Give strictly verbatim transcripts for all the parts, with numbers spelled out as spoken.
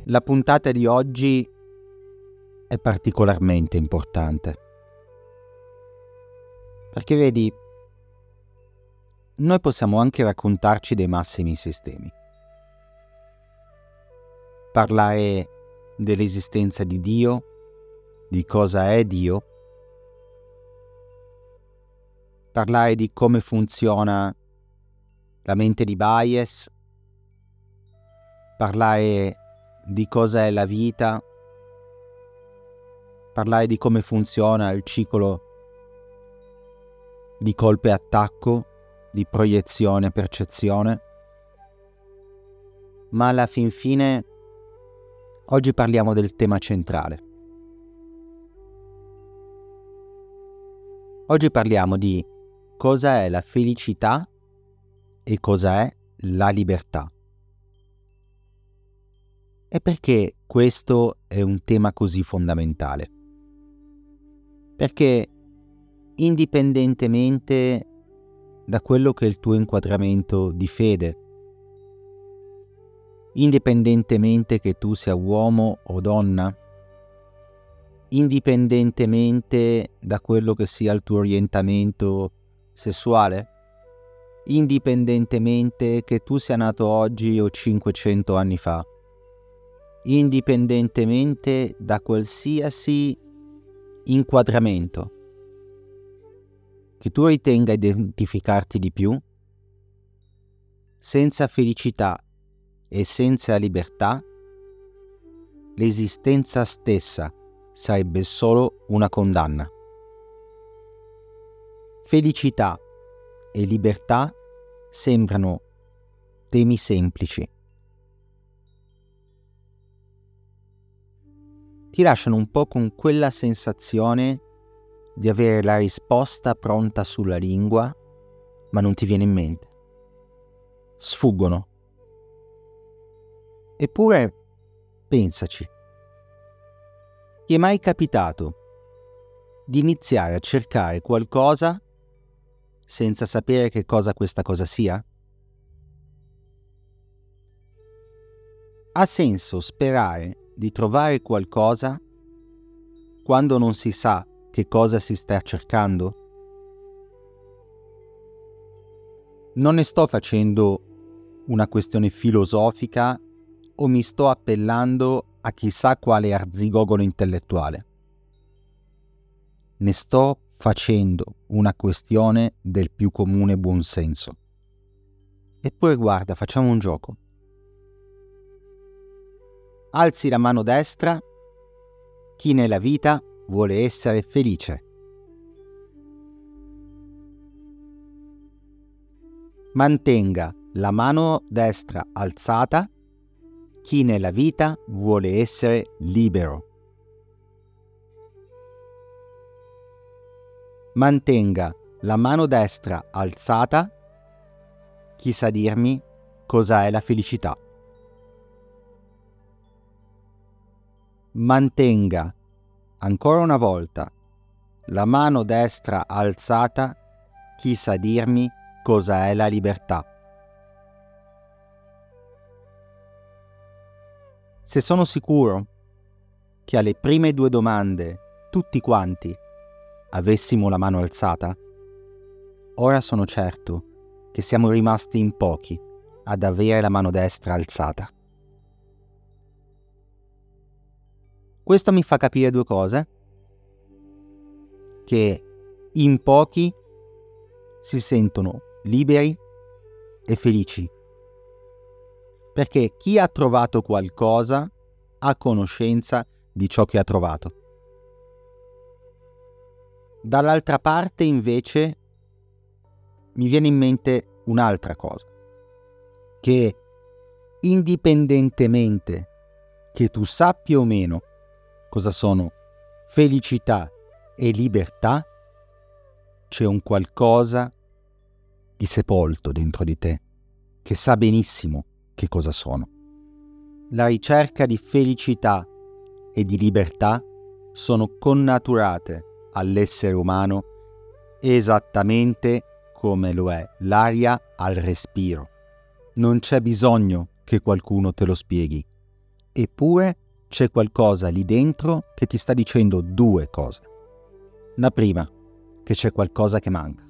La puntata di oggi è particolarmente importante, perché vedi, noi possiamo anche raccontarci dei massimi sistemi, parlare dell'esistenza di Dio, di cosa è Dio, parlare di come funziona la mente di Bayes, parlare di cosa è la vita, parlare di come funziona il ciclo di colpo e attacco, di proiezione e percezione, ma alla fin fine oggi parliamo del tema centrale. Oggi parliamo di cosa è la felicità e cosa è la libertà. E perché questo è un tema così fondamentale? Perché indipendentemente da quello che è il tuo inquadramento di fede, indipendentemente che tu sia uomo o donna, indipendentemente da quello che sia il tuo orientamento sessuale, indipendentemente che tu sia nato oggi o cinquecento anni fa, indipendentemente da qualsiasi inquadramento che tu ritenga identificarti di più, senza felicità e senza libertà, l'esistenza stessa sarebbe solo una condanna. Felicità e libertà sembrano temi semplici. Ti lasciano un po' con quella sensazione di avere la risposta pronta sulla lingua, ma non ti viene in mente. Sfuggono. Eppure, pensaci. Ti è mai capitato di iniziare a cercare qualcosa senza sapere che cosa questa cosa sia? Ha senso sperare di trovare qualcosa quando non si sa che cosa si sta cercando? Non ne sto facendo una questione filosofica o mi sto appellando a chissà quale arzigogolo intellettuale. Ne sto facendo una questione del più comune buonsenso. Eppure guarda, facciamo un gioco. Alzi la mano destra chi nella vita vuole essere felice. Mantenga la mano destra alzata chi nella vita vuole essere libero. Mantenga la mano destra alzata chi sa dirmi cosa è la felicità. Mantenga ancora una volta la mano destra alzata chi sa dirmi cosa è la libertà. Se sono sicuro che alle prime due domande tutti quanti avessimo la mano alzata, ora sono certo che siamo rimasti in pochi ad avere la mano destra alzata. Questo mi fa capire due cose: che in pochi si sentono liberi e felici, perché chi ha trovato qualcosa ha conoscenza di ciò che ha trovato. Dall'altra parte invece mi viene in mente un'altra cosa, che indipendentemente che tu sappia o meno cosa sono felicità e libertà, c'è un qualcosa di sepolto dentro di te che sa benissimo che cosa sono. La ricerca di felicità e di libertà sono connaturate all'essere umano esattamente come lo è l'aria al respiro. Non c'è bisogno che qualcuno te lo spieghi. Eppure c'è qualcosa lì dentro che ti sta dicendo due cose. La prima, che c'è qualcosa che manca.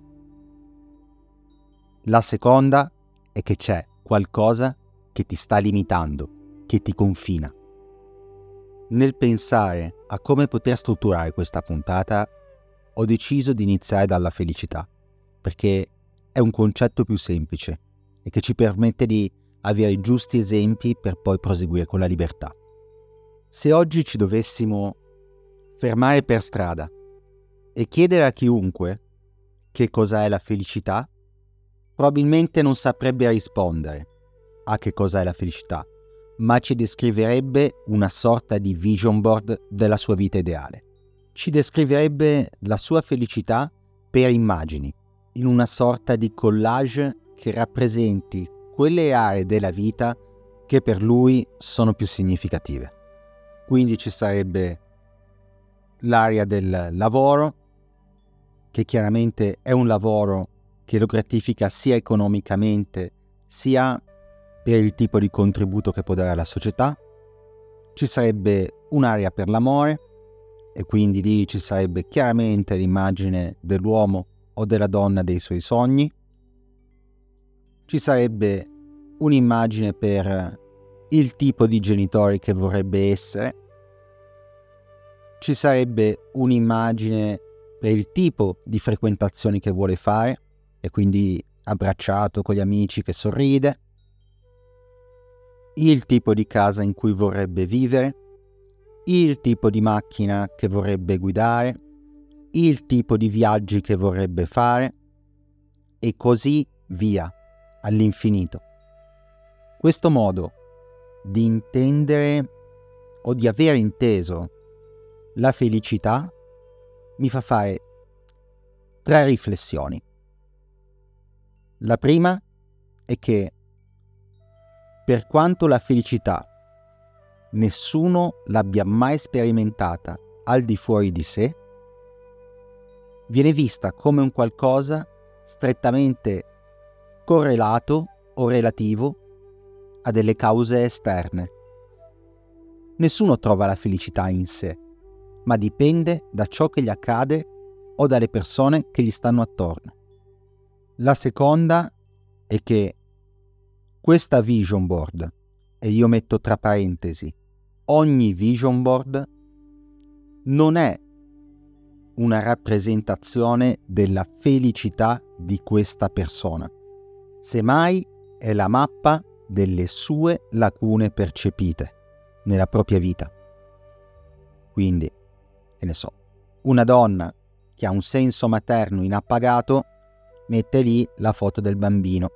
La seconda è che c'è qualcosa che ti sta limitando, che ti confina. Nel pensare a come poter strutturare questa puntata, ho deciso di iniziare dalla felicità, perché è un concetto più semplice e che ci permette di avere i giusti esempi per poi proseguire con la libertà. Se oggi ci dovessimo fermare per strada e chiedere a chiunque che cos'è la felicità, probabilmente non saprebbe rispondere a che cos'è la felicità, ma ci descriverebbe una sorta di vision board della sua vita ideale. Ci descriverebbe la sua felicità per immagini, in una sorta di collage che rappresenti quelle aree della vita che per lui sono più significative. Quindi ci sarebbe l'area del lavoro, che chiaramente è un lavoro che lo gratifica sia economicamente sia per il tipo di contributo che può dare alla società. Ci sarebbe un'area per l'amore e quindi lì ci sarebbe chiaramente l'immagine dell'uomo o della donna dei suoi sogni. Ci sarebbe un'immagine per il tipo di genitori che vorrebbe essere. Ci sarebbe un'immagine per il tipo di frequentazioni che vuole fare e quindi abbracciato con gli amici che sorride. Il tipo di casa in cui vorrebbe vivere, il tipo di macchina che vorrebbe guidare, il tipo di viaggi che vorrebbe fare e così via, all'infinito. Questo modo di intendere o di aver inteso la felicità mi fa fare tre riflessioni. La prima è che per quanto la felicità nessuno l'abbia mai sperimentata al di fuori di sé, viene vista come un qualcosa strettamente correlato o relativo a delle cause esterne. Nessuno trova la felicità in sé, ma dipende da ciò che gli accade o dalle persone che gli stanno attorno. La seconda è che questa vision board, e io metto tra parentesi, ogni vision board non è una rappresentazione della felicità di questa persona. Semmai è la mappa delle sue lacune percepite nella propria vita. Quindi, che ne so, una donna che ha un senso materno inappagato mette lì la foto del bambino.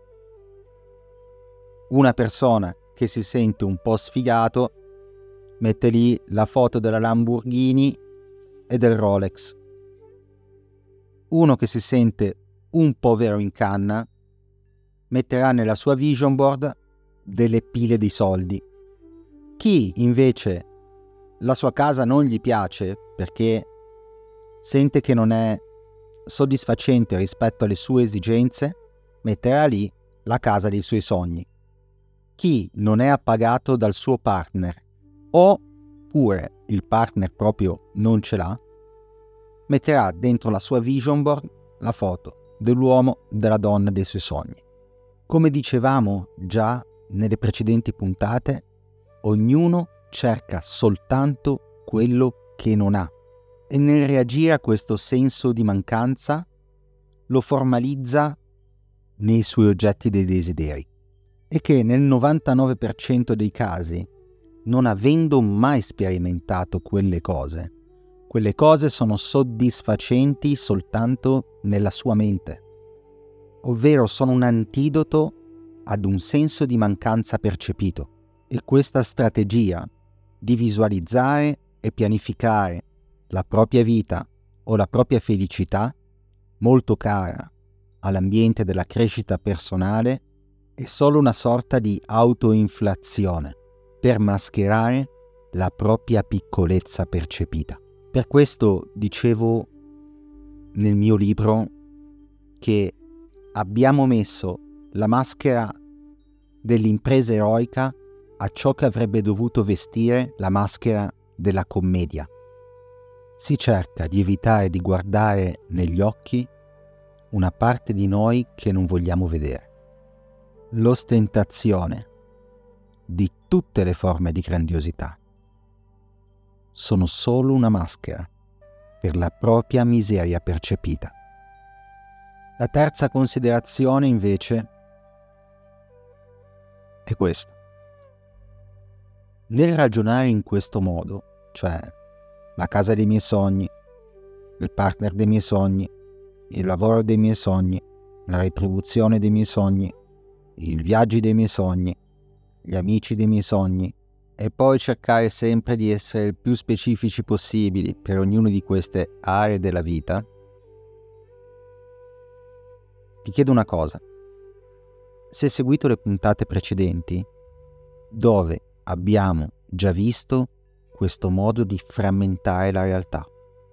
Una persona che si sente un po' sfigato mette lì la foto della Lamborghini e del Rolex. Uno che si sente un povero in canna metterà nella sua vision board delle pile di soldi. Chi invece la sua casa non gli piace perché sente che non è soddisfacente rispetto alle sue esigenze, metterà lì la casa dei suoi sogni. Chi non è appagato dal suo partner oppure il partner proprio non ce l'ha, metterà dentro la sua vision board la foto dell'uomo, della donna dei suoi sogni. Come dicevamo già nelle precedenti puntate, ognuno cerca soltanto quello che non ha e nel reagire a questo senso di mancanza lo formalizza nei suoi oggetti dei desideri, e che nel novantanove per cento dei casi, non avendo mai sperimentato quelle cose, quelle cose sono soddisfacenti soltanto nella sua mente, ovvero sono un antidoto ad un senso di mancanza percepito. E questa strategia di visualizzare e pianificare la propria vita o la propria felicità, molto cara all'ambiente della crescita personale, è solo una sorta di autoinflazione per mascherare la propria piccolezza percepita. Per questo dicevo nel mio libro che abbiamo messo la maschera dell'impresa eroica a ciò che avrebbe dovuto vestire la maschera della commedia. Si cerca di evitare di guardare negli occhi una parte di noi che non vogliamo vedere. L'ostentazione di tutte le forme di grandiosità sono solo una maschera per la propria miseria percepita. La terza considerazione invece è questa. Nel ragionare in questo modo, cioè la casa dei miei sogni, il partner dei miei sogni, il lavoro dei miei sogni, la retribuzione dei miei sogni, i viaggi dei miei sogni, gli amici dei miei sogni, e poi cercare sempre di essere il più specifici possibili per ognuna di queste aree della vita, ti chiedo una cosa. Se hai seguito le puntate precedenti, dove abbiamo già visto questo modo di frammentare la realtà?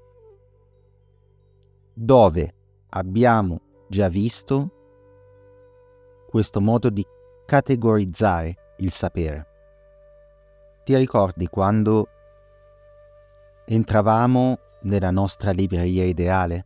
Dove abbiamo già visto questo modo di categorizzare il sapere? Ti ricordi quando entravamo nella nostra libreria ideale?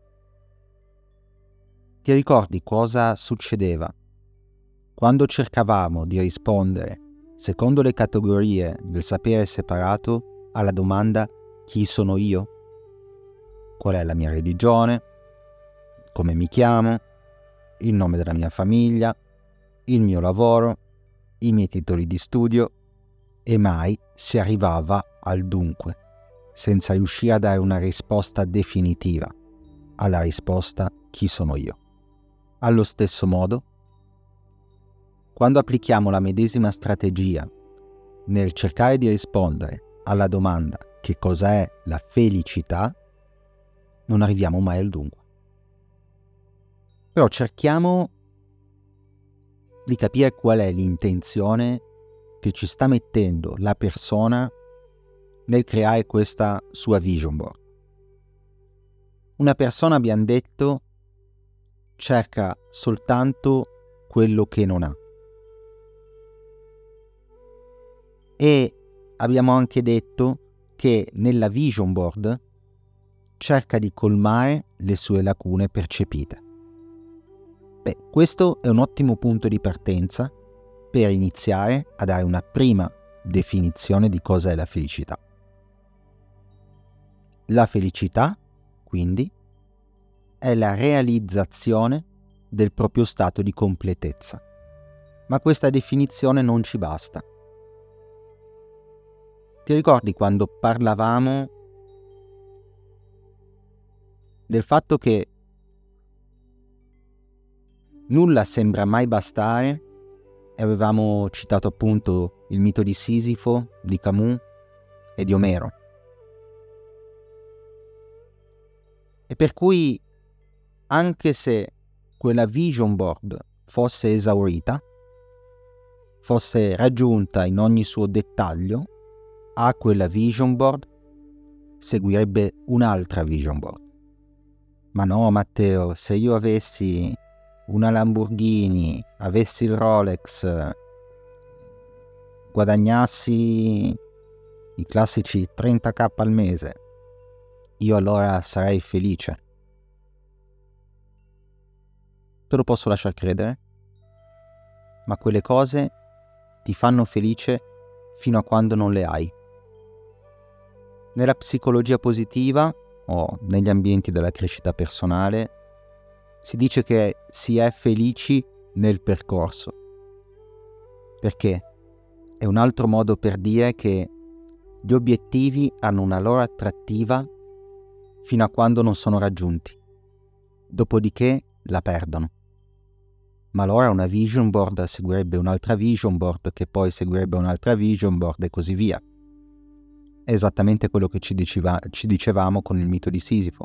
Ti ricordi cosa succedeva quando cercavamo di rispondere, secondo le categorie del sapere separato, alla domanda chi sono io? Qual è la mia religione? Come mi chiamo? Il nome della mia famiglia? Il mio lavoro? I miei titoli di studio? E mai si arrivava al dunque, senza riuscire a dare una risposta definitiva alla risposta chi sono io. Allo stesso modo, quando applichiamo la medesima strategia nel cercare di rispondere alla domanda che cos'è la felicità, non arriviamo mai al dunque. Però cerchiamo di capire qual è l'intenzione che ci sta mettendo la persona nel creare questa sua vision board. Una persona, abbiamo detto, cerca soltanto quello che non ha. E abbiamo anche detto che nella vision board cerca di colmare le sue lacune percepite. Beh, questo è un ottimo punto di partenza per iniziare a dare una prima definizione di cosa è la felicità. La felicità, quindi, è la realizzazione del proprio stato di completezza. Ma questa definizione non ci basta. Ti ricordi quando parlavamo del fatto che nulla sembra mai bastare e avevamo citato appunto il mito di Sisifo, di Camus e di Omero. E per cui, anche se quella vision board fosse esaurita, fosse raggiunta in ogni suo dettaglio, a quella vision board seguirebbe un'altra vision board. Ma no, Matteo, se io avessi una Lamborghini, avessi il Rolex, guadagnassi i classici trenta k al mese, io allora sarei felice. Te lo posso lasciar credere? Ma quelle cose ti fanno felice fino a quando non le hai. Nella psicologia positiva o negli ambienti della crescita personale si dice che si è felici nel percorso. Perché? È un altro modo per dire che gli obiettivi hanno una loro attrattiva fino a quando non sono raggiunti. Dopodiché la perdono. Ma allora una vision board seguirebbe un'altra vision board che poi seguirebbe un'altra vision board e così via. È esattamente quello che ci, diceva, ci dicevamo con il mito di Sisifo.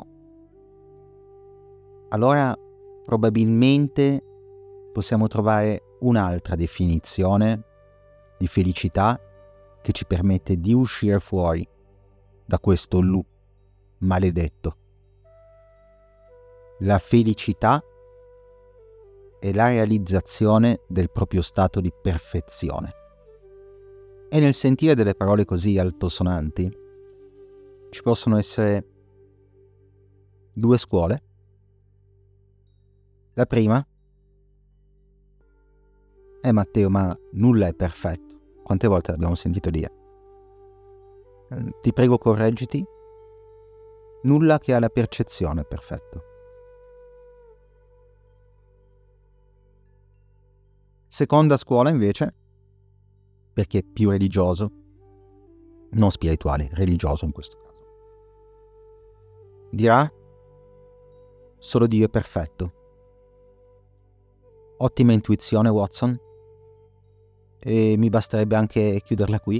Allora probabilmente possiamo trovare un'altra definizione di felicità che ci permette di uscire fuori da questo loop maledetto. La felicità è la realizzazione del proprio stato di perfezione. E nel sentire delle parole così altosonanti ci possono essere due scuole. La prima è: Matteo, ma nulla è perfetto. Quante volte l'abbiamo sentito dire? Ti prego, correggiti. Nulla che ha la percezione è perfetto. Seconda scuola invece, perché è più religioso, non spirituale, religioso in questo caso, dirà: solo Dio è perfetto. Ottima intuizione, Watson, e mi basterebbe anche chiuderla qui.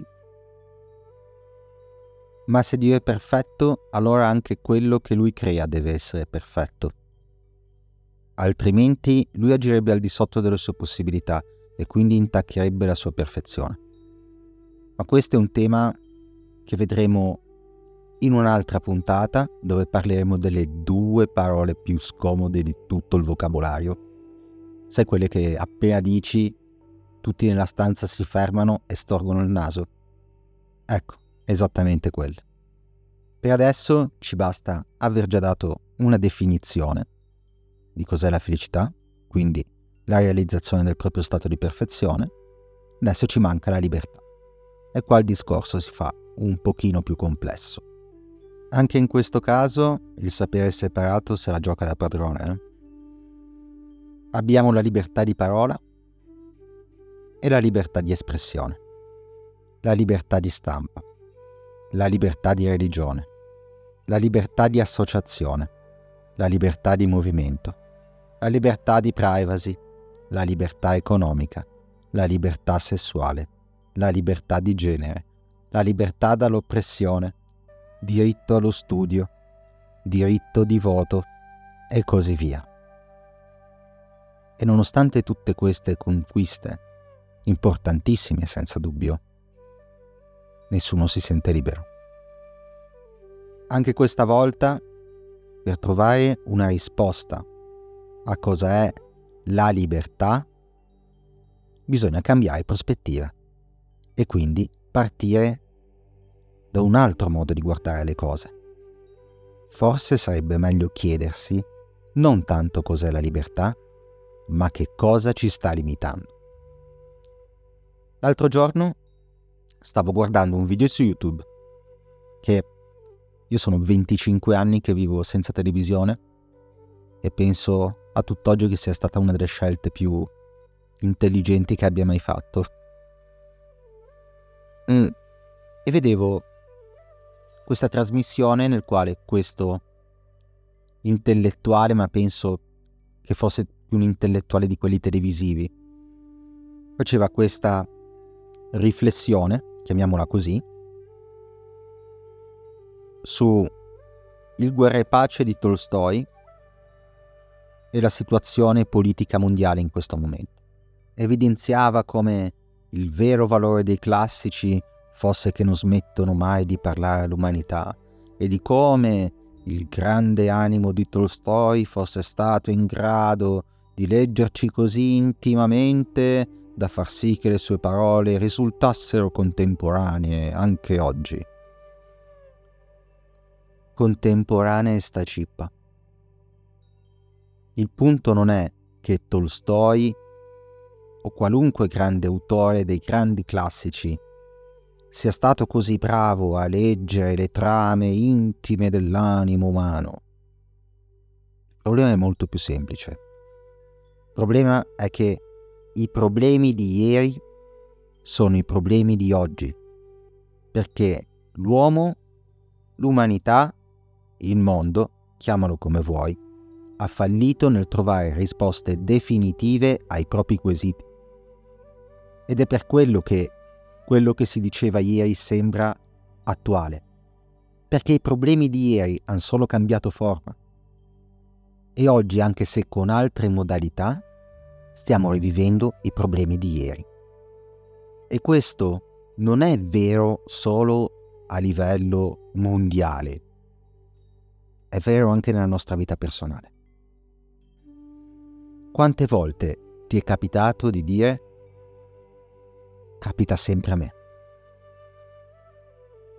Ma se Dio è perfetto, allora anche quello che Lui crea deve essere perfetto. Altrimenti Lui agirebbe al di sotto delle sue possibilità e quindi intaccherebbe la sua perfezione. Ma questo è un tema che vedremo in un'altra puntata, dove parleremo delle due parole più scomode di tutto il vocabolario. Sai, quelle che appena dici tutti nella stanza si fermano e storgono il naso? Ecco, esattamente quelle. Per adesso ci basta aver già dato una definizione di cos'è la felicità, quindi la realizzazione del proprio stato di perfezione. Adesso ci manca la libertà. E qua il discorso si fa un pochino più complesso. Anche in questo caso il sapere separato se la gioca da padrone. Eh? Abbiamo la libertà di parola e la libertà di espressione, la libertà di stampa, la libertà di religione, la libertà di associazione, la libertà di movimento, la libertà di privacy, la libertà economica, la libertà sessuale, la libertà di genere, la libertà dall'oppressione, diritto allo studio, diritto di voto e così via. E nonostante tutte queste conquiste, importantissime senza dubbio, nessuno si sente libero. Anche questa volta, per trovare una risposta a cosa è la libertà, bisogna cambiare prospettiva e quindi partire da un altro modo di guardare le cose. Forse sarebbe meglio chiedersi non tanto cos'è la libertà, ma che cosa ci sta limitando. L'altro giorno stavo guardando un video su YouTube, che io sono venticinque anni che vivo senza televisione e penso a tutt'oggi che sia stata una delle scelte più intelligenti che abbia mai fatto. Mm. E vedevo questa trasmissione nel quale questo intellettuale, ma penso che fosse più un intellettuale di quelli televisivi, faceva questa riflessione, chiamiamola così, su il Guerra e Pace di Tolstoj e la situazione politica mondiale in questo momento. Evidenziava come il vero valore dei classici fosse che non smettono mai di parlare all'umanità e di come il grande animo di Tolstoj fosse stato in grado di leggerci così intimamente da far sì che le sue parole risultassero contemporanee anche oggi. Contemporanee sta cippa. Il punto non è che Tolstoj o qualunque grande autore dei grandi classici sia stato così bravo a leggere le trame intime dell'animo umano. Il problema è molto più semplice. Il problema è che i problemi di ieri sono i problemi di oggi, perché l'uomo, l'umanità, il mondo, chiamalo come vuoi, ha fallito nel trovare risposte definitive ai propri quesiti. Ed è per quello che quello che si diceva ieri sembra attuale, perché i problemi di ieri hanno solo cambiato forma. E oggi, anche se con altre modalità, stiamo rivivendo i problemi di ieri. E questo non è vero solo a livello mondiale, è vero anche nella nostra vita personale. Quante volte ti è capitato di dire: capita sempre a me,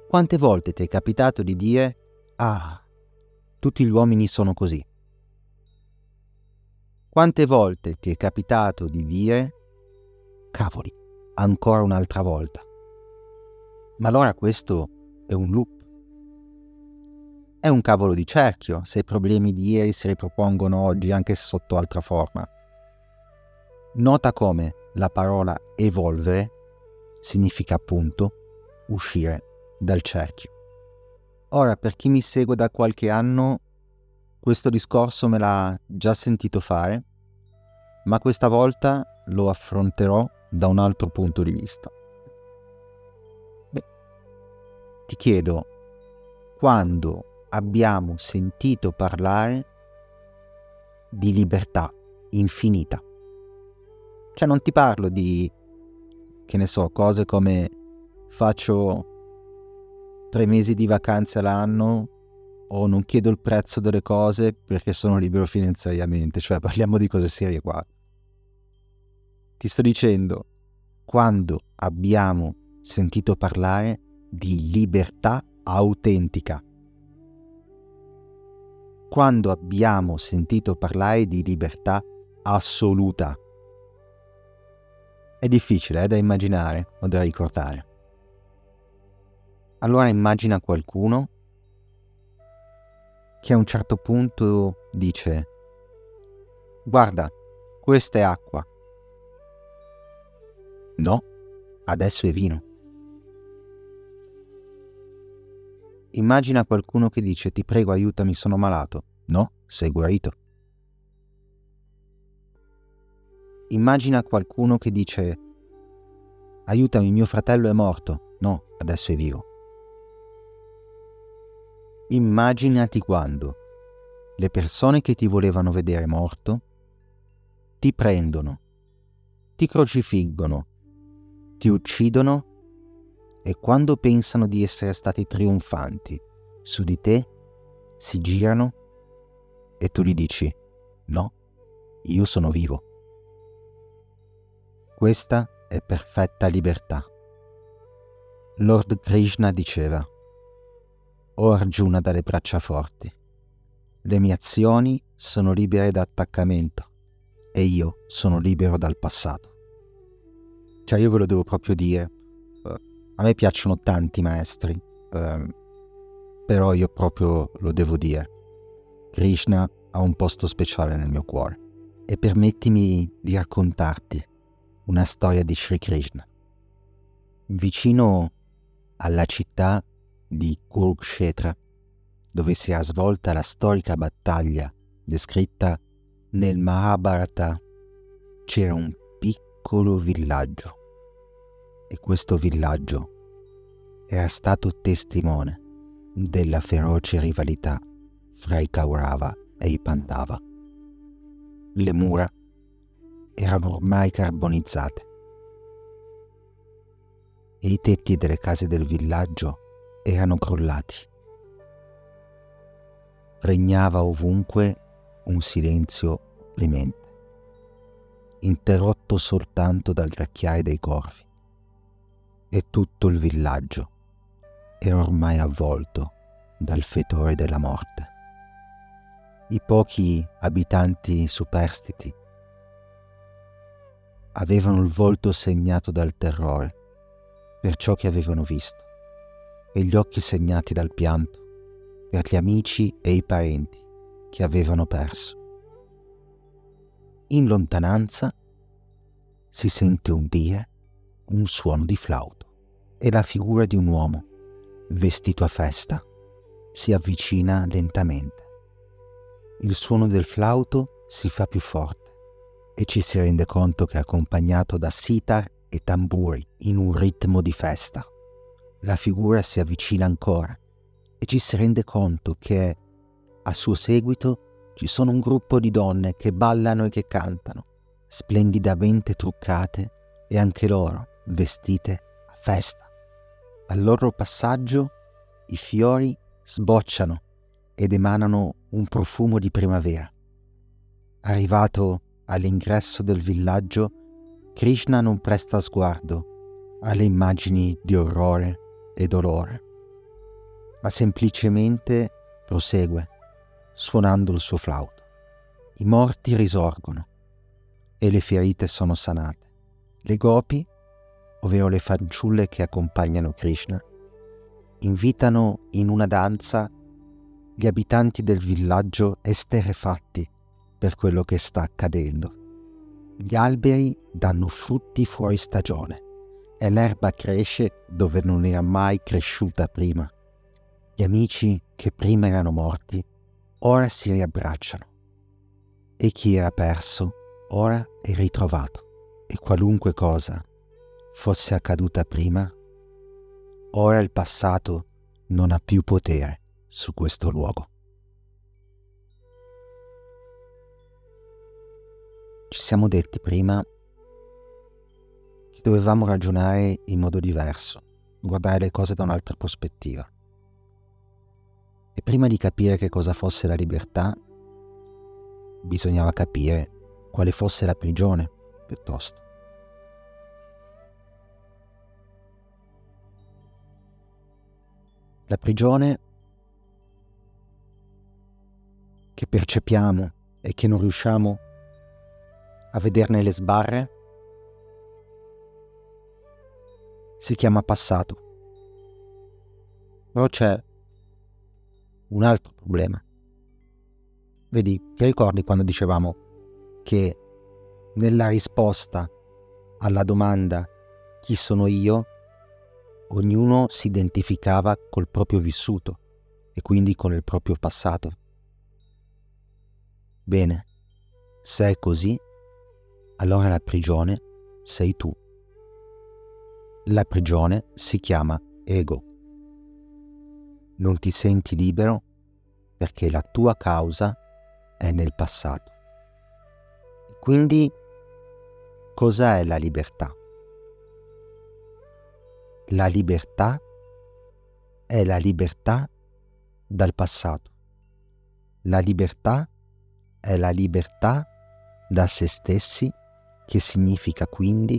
Quante volte ti è capitato di dire «Ah, tutti gli uomini sono così»? Quante volte ti è capitato di dire «Cavoli, ancora un'altra volta»? Ma allora questo è un loop. È un cavolo di cerchio se i problemi di ieri si ripropongono oggi anche sotto altra forma. Nota come la parola evolvere significa appunto uscire dal cerchio. Ora, per chi mi segue da qualche anno, questo discorso me l'ha già sentito fare, ma questa volta lo affronterò da un altro punto di vista. Beh, ti chiedo, quando abbiamo sentito parlare di libertà infinita? Cioè non ti parlo di, che ne so, cose come faccio tre mesi di vacanze all'anno o non chiedo il prezzo delle cose perché sono libero finanziariamente, cioè parliamo di cose serie qua. Ti sto dicendo, quando abbiamo sentito parlare di libertà autentica, quando abbiamo sentito parlare di libertà assoluta. È difficile eh, da immaginare o da ricordare. Allora immagina qualcuno che a un certo punto dice: guarda, questa è acqua. No, adesso è vino. Immagina qualcuno che dice: ti prego, aiutami, sono malato. No, sei guarito. Immagina qualcuno che dice: aiutami, mio fratello è morto. No, adesso è vivo. Immaginati quando le persone che ti volevano vedere morto ti prendono, ti crocifiggono, ti uccidono e quando pensano di essere stati trionfanti su di te si girano e tu gli dici: no, io sono vivo. Questa è perfetta libertà. Lord Krishna diceva: o Arjuna dalle braccia forti, le mie azioni sono libere da attaccamento e io sono libero dal passato. Cioè io ve lo devo proprio dire, a me piacciono tanti maestri, eh, però io proprio lo devo dire. Krishna ha un posto speciale nel mio cuore. E permettimi di raccontarti una storia di Sri Krishna. Vicino alla città di Kurukshetra, dove si era svolta la storica battaglia descritta nel Mahabharata, c'era un piccolo villaggio e questo villaggio era stato testimone della feroce rivalità fra i Kaurava e i Pandava. Le mura erano ormai carbonizzate e i tetti delle case del villaggio erano crollati. Regnava ovunque un silenzio opprimente, interrotto soltanto dal gracchiare dei corvi, e tutto il villaggio era ormai avvolto dal fetore della morte. I pochi abitanti superstiti avevano il volto segnato dal terrore per ciò che avevano visto e gli occhi segnati dal pianto per gli amici e i parenti che avevano perso. In lontananza si sente udire un suono di flauto e la figura di un uomo vestito a festa si avvicina lentamente. Il suono del flauto si fa più forte e ci si rende conto che è accompagnato da sitar e tamburi in un ritmo di festa. La figura si avvicina ancora e ci si rende conto che a suo seguito ci sono un gruppo di donne che ballano e che cantano, splendidamente truccate e anche loro vestite a festa. Al loro passaggio i fiori sbocciano ed emanano un profumo di primavera. Arrivato all'ingresso del villaggio, Krishna non presta sguardo alle immagini di orrore e dolore ma semplicemente prosegue, suonando il suo flauto. I morti risorgono e le ferite sono sanate. Le gopi, ovvero le fanciulle che accompagnano Krishna, invitano in una danza gli abitanti del villaggio esterrefatti per quello che sta accadendo. Gli alberi danno frutti fuori stagione e l'erba cresce dove non era mai cresciuta prima. Gli amici che prima erano morti ora si riabbracciano e chi era perso ora è ritrovato, e qualunque cosa fosse accaduta prima, ora il passato non ha più potere su questo luogo. Ci siamo detti prima che dovevamo ragionare in modo diverso, guardare le cose da un'altra prospettiva. E prima di capire che cosa fosse la libertà, bisognava capire quale fosse la prigione, piuttosto. La prigione che percepiamo e che non riusciamo a vederne le sbarre si chiama passato. Però c'è un altro problema. Vedi, ti ricordi quando dicevamo che nella risposta alla domanda chi sono io, ognuno si identificava col proprio vissuto e quindi con il proprio passato? Bene, se è così, allora la prigione sei tu. La prigione si chiama ego. Non ti senti libero perché la tua causa è nel passato. Quindi, cos'è la libertà? La libertà è la libertà dal passato. La libertà è la libertà da se stessi, che significa quindi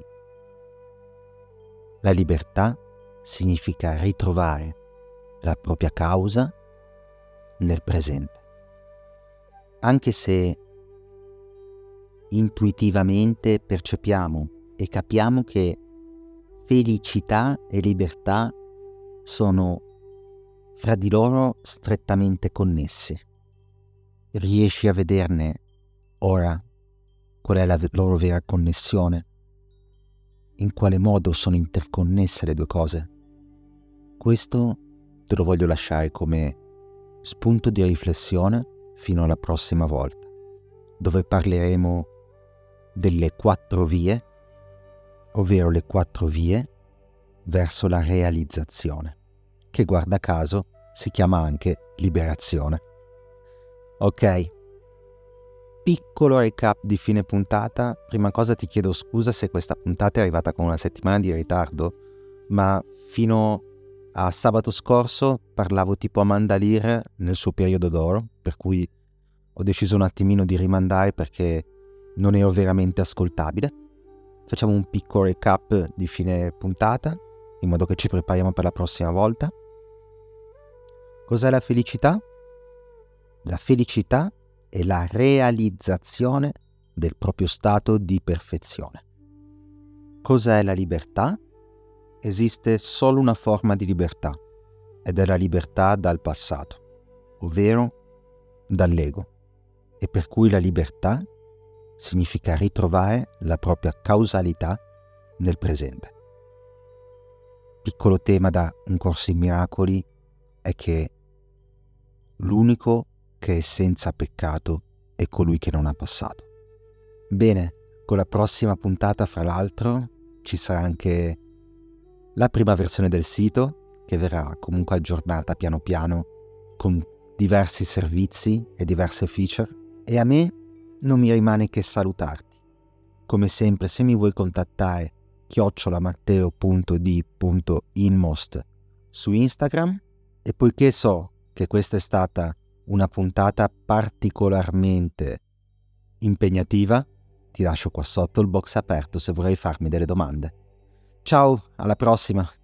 la libertà significa ritrovare la propria causa nel presente. Anche se intuitivamente percepiamo e capiamo che felicità e libertà sono fra di loro strettamente connessi. Riesci a vederne ora qual è la loro vera connessione? In quale modo sono interconnesse le due cose? Questo te lo voglio lasciare come spunto di riflessione fino alla prossima volta, dove parleremo delle quattro vie, ovvero le quattro vie verso la realizzazione, che guarda caso si chiama anche liberazione. Ok, piccolo recap di fine puntata. Prima cosa ti chiedo scusa se questa puntata è arrivata con una settimana di ritardo, ma fino a sabato scorso parlavo tipo Amanda Lear nel suo periodo d'oro, per cui ho deciso un attimino di rimandare perché non ero veramente ascoltabile. Facciamo un piccolo recap di fine puntata, in modo che ci prepariamo per la prossima volta. Cos'è la felicità? La felicità è la realizzazione del proprio stato di perfezione. Cos'è la libertà? Esiste solo una forma di libertà, ed è la libertà dal passato, ovvero dall'ego, e per cui la libertà significa ritrovare la propria causalità nel presente. Piccolo tema da Un Corso in Miracoli è che l'unico che è senza peccato è colui che non ha passato. Bene, con la prossima puntata, fra l'altro, ci sarà anche la prima versione del sito, che verrà comunque aggiornata piano piano con diversi servizi e diverse feature, e a me non mi rimane che salutarti. Come sempre, se mi vuoi contattare, chiocciola matteo punto di punto inmost su Instagram, e poiché so che questa è stata una puntata particolarmente impegnativa, ti lascio qua sotto il box aperto se vorrai farmi delle domande. Ciao, alla prossima!